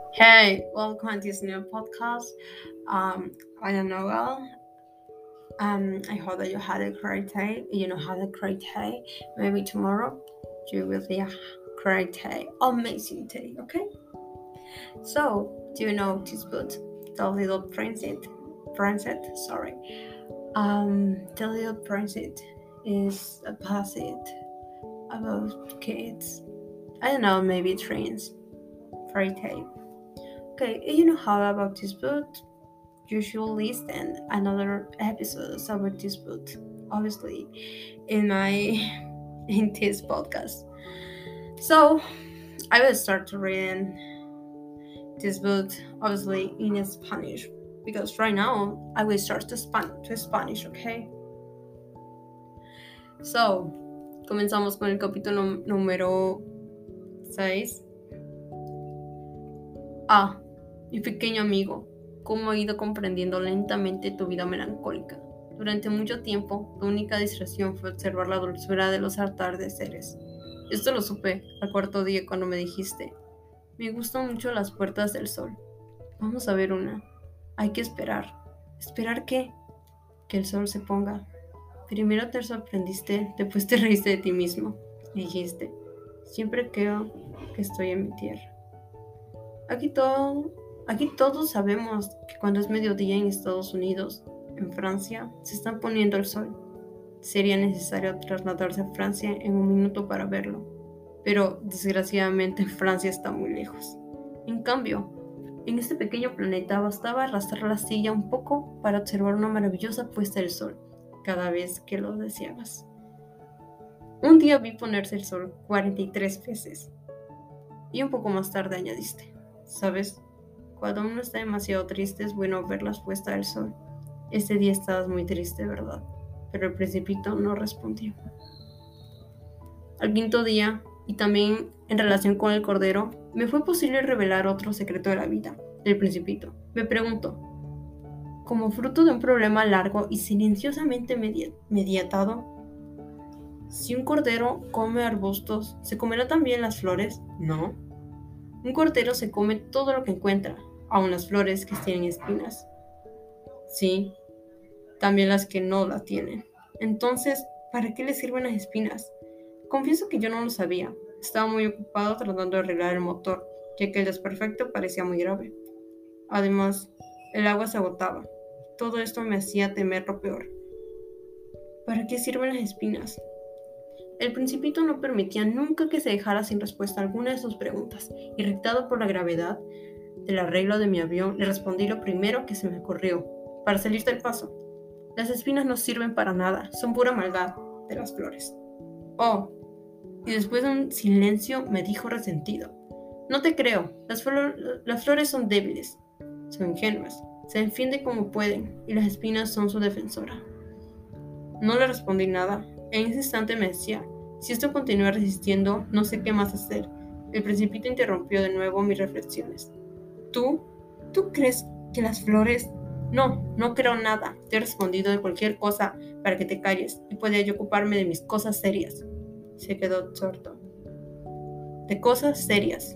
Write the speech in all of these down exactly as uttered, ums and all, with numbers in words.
Hey, welcome to this new podcast. Um, I am Noel. Um, I hope that you had a great day. You know, had a great day. Maybe tomorrow you will be a great day, amazing day. Okay. So, do you know this book, The Little Princess? Princess, sorry. Um, The Little Princess is a passage about kids. I don't know, maybe trains, fairy tale. Okay, you know how about this book? You should listen another episodes about this book, obviously, in my in this podcast. So I will start to reading this book, obviously in Spanish, because right now I will start to span to Spanish, okay? So comenzamos con el capítulo número seis. Ah, mi pequeño amigo, cómo he ido comprendiendo lentamente tu vida melancólica. Durante mucho tiempo, tu única distracción fue observar la dulzura de los atardeceres. Esto lo supe al cuarto día cuando me dijiste, me gustan mucho las puertas del sol. Vamos a ver una. Hay que esperar. ¿Esperar qué? Que el sol se ponga. Primero te sorprendiste, después te reíste de ti mismo. Y dijiste, siempre creo que estoy en mi tierra. Aquí todo, aquí todos sabemos que cuando es mediodía en Estados Unidos, en Francia, se está poniendo el sol. Sería necesario trasladarse a Francia en un minuto para verlo, pero desgraciadamente Francia está muy lejos. En cambio, en este pequeño planeta bastaba arrastrar la silla un poco para observar una maravillosa puesta del sol, cada vez que lo deseabas. Un día vi ponerse el sol cuarenta y tres veces, y un poco más tarde añadiste, ¿sabes? Cuando uno está demasiado triste es bueno ver la puesta del sol. Este día estabas muy triste, ¿verdad? Pero el principito no respondió. Al quinto día, y también en relación con el cordero, me fue posible revelar otro secreto de la vida, del principito. Me preguntó, como fruto de un problema largo y silenciosamente medi- mediatado, si un cordero come arbustos, ¿se comerá también las flores? No. Un cordero se come todo lo que encuentra, aun las flores que tienen espinas. Sí, también las que no las tienen. Entonces, ¿para qué le sirven las espinas? Confieso que yo no lo sabía. Estaba muy ocupado tratando de arreglar el motor, ya que el desperfecto parecía muy grave. Además, el agua se agotaba. Todo esto me hacía temer lo peor. ¿Para qué sirven las espinas? El principito no permitía nunca que se dejara sin respuesta alguna de sus preguntas. Irritado por la gravedad del arreglo de mi avión, le respondí lo primero que se me ocurrió, para salir del paso. Las espinas no sirven para nada, son pura maldad de las flores. Oh, y después de un silencio me dijo resentido, no te creo, las, flor- las flores son débiles, son ingenuas, se defienden como pueden, y las espinas son su defensora. No le respondí nada. En ese instante me decía, si esto continúa resistiendo, no sé qué más hacer. El principito interrumpió de nuevo mis reflexiones. ¿Tú? ¿Tú crees que las flores? No, no creo nada. Te he respondido de cualquier cosa para que te calles y pueda yo ocuparme de mis cosas serias. Se quedó absorto. De cosas serias.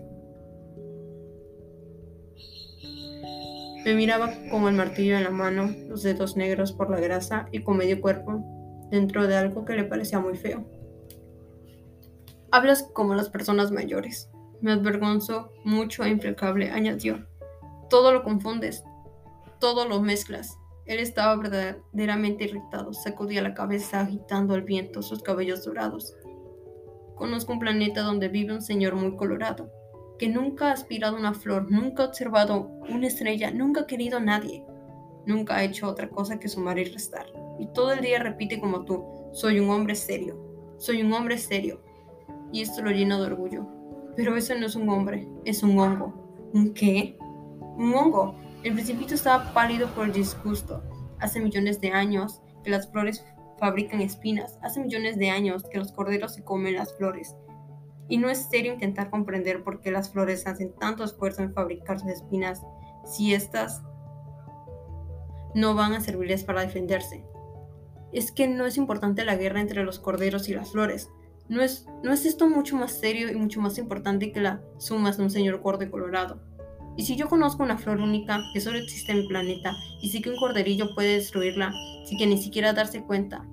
Me miraba con el martillo en la mano, los dedos negros por la grasa y con medio cuerpo dentro de algo que le parecía muy feo. Hablas como las personas mayores. Me avergonzó mucho e implacable, añadió. Todo lo confundes, todo lo mezclas. Él estaba verdaderamente irritado, sacudía la cabeza agitando al viento sus cabellos dorados. Conozco un planeta donde vive un señor muy colorado, que nunca ha aspirado una flor, nunca ha observado una estrella, nunca ha querido a nadie, nunca ha hecho otra cosa que sumar y restar. Y todo el día repite como tú, soy un hombre serio, soy un hombre serio. Y esto lo llena de orgullo. Pero eso no es un hombre, es un hongo. ¿Un qué? Un hongo. El principito estaba pálido por el disgusto. Hace millones de años que las flores fabrican espinas. Hace millones de años que los corderos se comen las flores. Y no es serio intentar comprender por qué las flores hacen tanto esfuerzo en fabricar sus espinas si estas no van a servirles para defenderse. Es que no es importante la guerra entre los corderos y las flores. ¿No es, ¿No es esto mucho más serio y mucho más importante que las sumas de un señor gordo y colorado? ¿Y si yo conozco una flor única que solo existe en mi planeta y si que un corderillo puede destruirla sin que ni siquiera darse cuenta?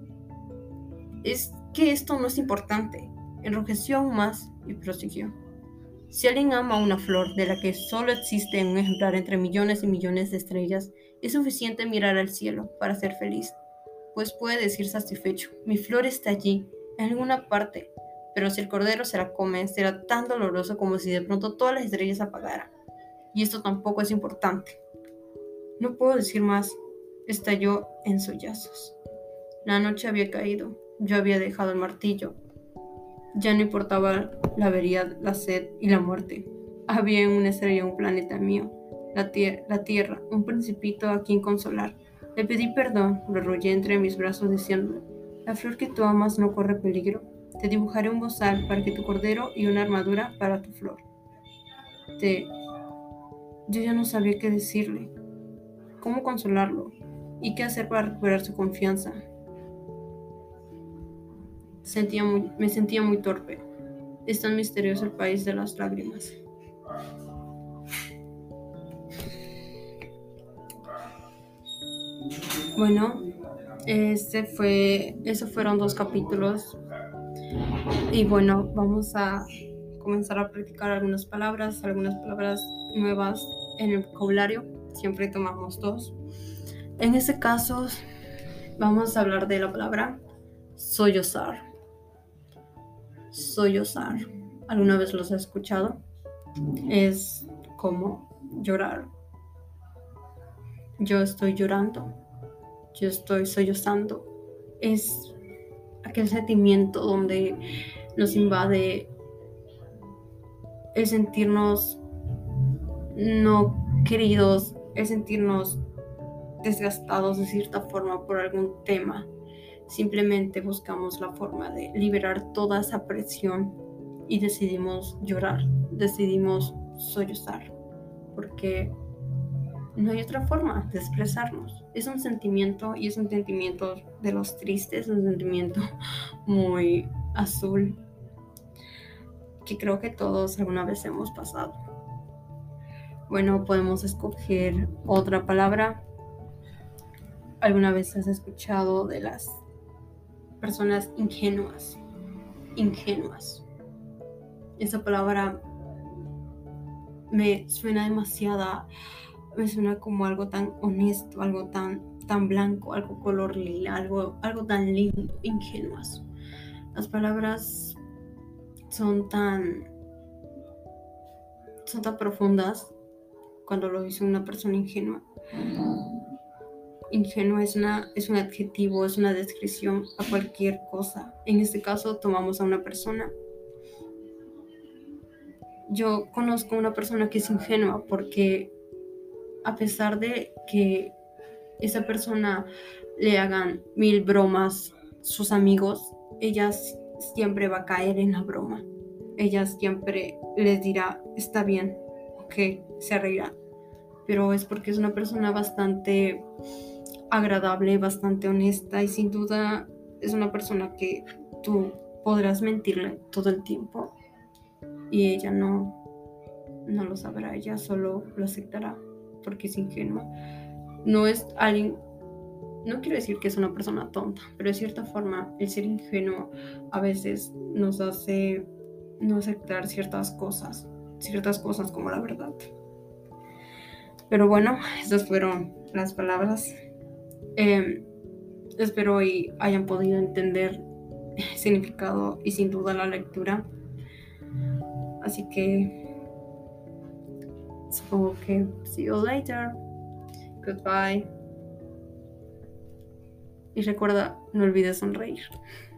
Es que esto no es importante. Enrojeció aún más y prosiguió. Si alguien ama una flor de la que solo existe un ejemplar entre millones y millones de estrellas, es suficiente mirar al cielo para ser feliz, pues puede decir satisfecho, mi flor está allí, en alguna parte, pero si el cordero se la come, será tan doloroso como si de pronto todas las estrellas se apagaran. Y esto tampoco es importante. No puedo decir más, estalló en sollozos. La noche había caído, yo había dejado el martillo. Ya no importaba la avería, la sed y la muerte. Había una estrella, un planeta mío, la, tier- la tierra, un principito a quien consolar. Le pedí perdón, lo arrollé entre mis brazos diciéndole, la flor que tú amas no corre peligro. Te dibujaré un bozal para que tu cordero y una armadura para tu flor. Te... Yo ya no sabía qué decirle, cómo consolarlo y qué hacer para recuperar su confianza. Sentía muy, me sentía muy torpe. Es tan misterioso el país de las lágrimas. Bueno, este fue, esos fueron dos capítulos. Y bueno, vamos a comenzar a practicar algunas palabras, algunas palabras nuevas en el vocabulario. Siempre tomamos dos. En este caso, vamos a hablar de la palabra sollozar. Sollozar. ¿Alguna vez los has escuchado? Es como llorar. Yo estoy llorando. Yo estoy sollozando. Es aquel sentimiento donde nos invade el sentirnos no queridos, el sentirnos desgastados de cierta forma por algún tema. Simplemente buscamos la forma de liberar toda esa presión y decidimos llorar, decidimos sollozar, porque no hay otra forma de expresarnos. Es un sentimiento y es un sentimiento de los tristes, un sentimiento muy azul que creo que todos alguna vez hemos pasado. Bueno, podemos escoger otra palabra. ¿Alguna vez has escuchado de las personas ingenuas? Ingenuas. Esa palabra me suena demasiada, me suena como algo tan honesto, algo tan, tan blanco, algo color lila, algo, algo tan lindo. Ingenuas. Las palabras son tan, son tan profundas cuando lo dice una persona ingenua. Ingenua es, una, es un adjetivo, es una descripción a cualquier cosa. En este caso tomamos a una persona. Yo conozco a una persona que es ingenua porque a pesar de que esa persona le hagan mil bromas sus amigos, ella siempre va a caer en la broma. Ella siempre les dirá, está bien, ok, se reirá. Pero es porque es una persona bastante agradable, bastante honesta y sin duda es una persona que tú podrás mentirle todo el tiempo y ella no, no lo sabrá, ella solo lo aceptará porque es ingenua. No es alguien, no quiero decir que es una persona tonta, pero de cierta forma el ser ingenuo a veces nos hace no aceptar ciertas cosas, ciertas cosas como la verdad. Pero bueno, esas fueron las palabras. Eh, espero y hayan podido entender el significado y sin duda la lectura. Así que supongo que see you later. Goodbye. Y recuerda, no olvides sonreír.